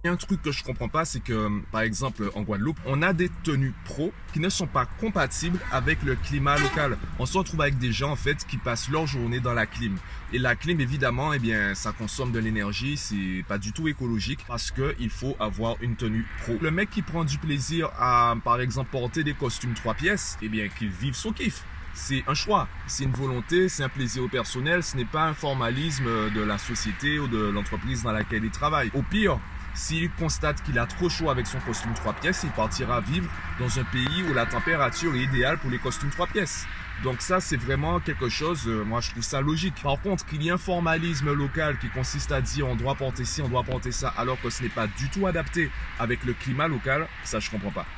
Il y a un truc que je comprends pas, c'est que, par exemple, en Guadeloupe, on a des tenues pro qui ne sont pas compatibles avec le climat local. On se retrouve avec des gens, en fait, qui passent leur journée dans la clim. Et la clim, évidemment, eh bien, ça consomme de l'énergie, c'est pas du tout écologique parce que il faut avoir une tenue pro. Le mec qui prend du plaisir à, par exemple, porter des costumes 3 pièces, eh bien, qu'il vive son kiff. C'est un choix, c'est une volonté, c'est un plaisir personnel, ce n'est pas un formalisme de la société ou de l'entreprise dans laquelle il travaille. Au pire, s'il constate qu'il a trop chaud avec son costume 3 pièces, il partira vivre dans un pays où la température est idéale pour les costumes 3 pièces. Donc ça, c'est vraiment quelque chose, moi je trouve ça logique. Par contre, qu'il y ait un formalisme local qui consiste à dire on doit porter ci, on doit porter ça, alors que ce n'est pas du tout adapté avec le climat local, ça je comprends pas.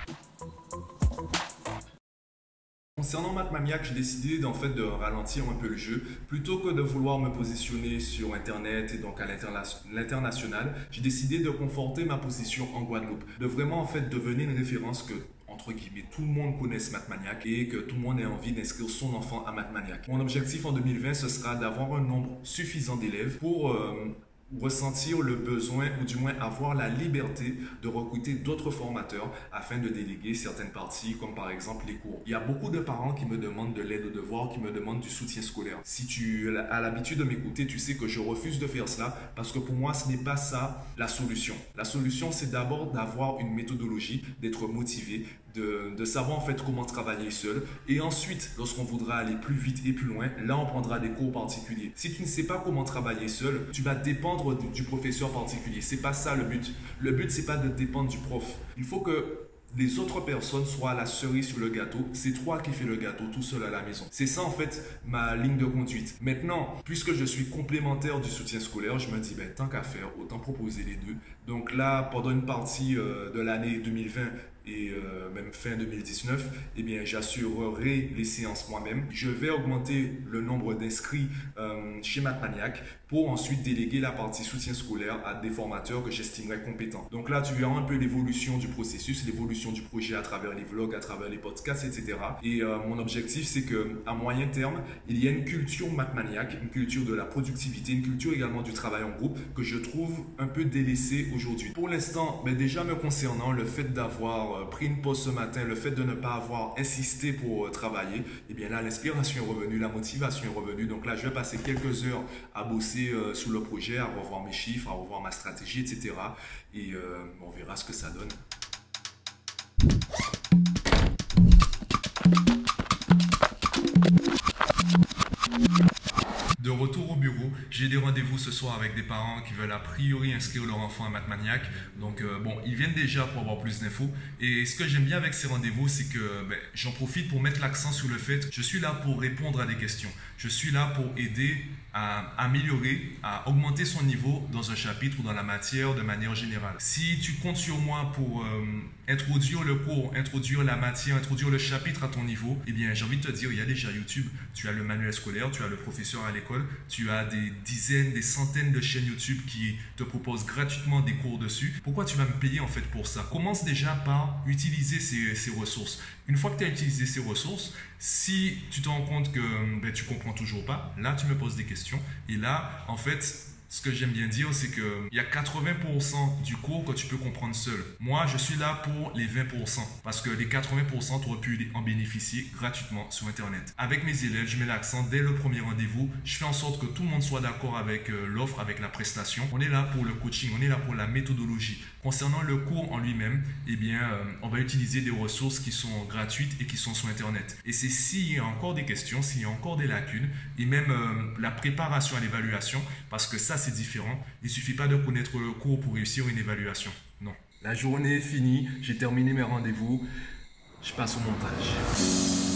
Concernant Math Maniac, j'ai décidé de ralentir un peu le jeu. Plutôt que de vouloir me positionner sur Internet et donc à l'international, j'ai décidé de conforter ma position en Guadeloupe. De vraiment devenir une référence que entre guillemets, tout le monde connaisse Math Maniac et que tout le monde ait envie d'inscrire son enfant à Math Maniac. Mon objectif en 2020, ce sera d'avoir un nombre suffisant d'élèves pour ressentir le besoin ou du moins avoir la liberté de recruter d'autres formateurs afin de déléguer certaines parties comme par exemple les cours. Il y a beaucoup de parents qui me demandent de l'aide aux devoirs, qui me demandent du soutien scolaire. Si tu as l'habitude de m'écouter, tu sais que je refuse de faire cela parce que pour moi ce n'est pas ça la solution. La solution c'est d'abord d'avoir une méthodologie, d'être motivé, de savoir comment travailler seul et ensuite lorsqu'on voudra aller plus vite et plus loin, là on prendra des cours particuliers. Si tu ne sais pas comment travailler seul, tu vas dépendre du professeur particulier. C'est pas ça le but. Le but c'est pas de dépendre du prof. Il faut que les autres personnes soient la cerise sur le gâteau. C'est toi qui fais le gâteau tout seul à la maison. C'est ça ma ligne de conduite. Maintenant, puisque je suis complémentaire du soutien scolaire, je me dis tant qu'à faire, autant proposer les deux. Donc là, pendant une partie de l'année 2020 et même fin 2019, eh bien, j'assurerai les séances moi-même. Je vais augmenter le nombre d'inscrits chez Math Maniac pour ensuite déléguer la partie soutien scolaire à des formateurs que j'estimerais compétents. Donc là, tu verras un peu l'évolution du processus, l'évolution du projet à travers les vlogs, à travers les podcasts, etc. Et mon objectif, c'est qu'à moyen terme, il y a une culture Math Maniac, une culture de la productivité, une culture également du travail en groupe que je trouve un peu délaissée aujourd'hui. Pour l'instant, déjà me concernant, le fait d'avoir pris une pause ce matin, le fait de ne pas avoir insisté pour travailler, et bien là l'inspiration est revenue, la motivation est revenue. Donc là je vais passer quelques heures à bosser sur le projet, à revoir mes chiffres, à revoir ma stratégie, etc. Et on verra ce que ça donne. De retour au bureau, j'ai des rendez-vous ce soir avec des parents qui veulent a priori inscrire leur enfant à Math Maniac. Donc ils viennent déjà pour avoir plus d'infos. Et ce que j'aime bien avec ces rendez-vous, c'est que j'en profite pour mettre l'accent sur le fait que je suis là pour répondre à des questions. Je suis là pour aider à améliorer, à augmenter son niveau dans un chapitre ou dans la matière de manière générale. Si tu comptes sur moi pour introduire le cours, introduire la matière, introduire le chapitre à ton niveau, eh bien j'ai envie de te dire, il y a déjà YouTube, tu as le manuel scolaire, tu as le professeur à l'école, tu as des dizaines, des centaines de chaînes YouTube qui te proposent gratuitement des cours dessus. Pourquoi tu vas me payer pour ça? Commence déjà par utiliser ces ressources. Une fois que tu as utilisé ces ressources, si tu te rends compte que tu comprends toujours pas, là tu me poses des questions et là ce que j'aime bien dire, c'est qu'il y a 80% du cours que tu peux comprendre seul. Moi, je suis là pour les 20%. Parce que les 80%, tu aurais pu en bénéficier gratuitement sur Internet. Avec mes élèves, je mets l'accent dès le premier rendez-vous. Je fais en sorte que tout le monde soit d'accord avec l'offre, avec la prestation. On est là pour le coaching, on est là pour la méthodologie. Concernant le cours en lui-même, on va utiliser des ressources qui sont gratuites et qui sont sur Internet. Et c'est s'il y a encore des questions, s'il y a encore des lacunes, et même la préparation à l'évaluation, parce que ça, c'est différent. Il ne suffit pas de connaître le cours pour réussir une évaluation. Non. La journée est finie, j'ai terminé mes rendez-vous, je passe au montage.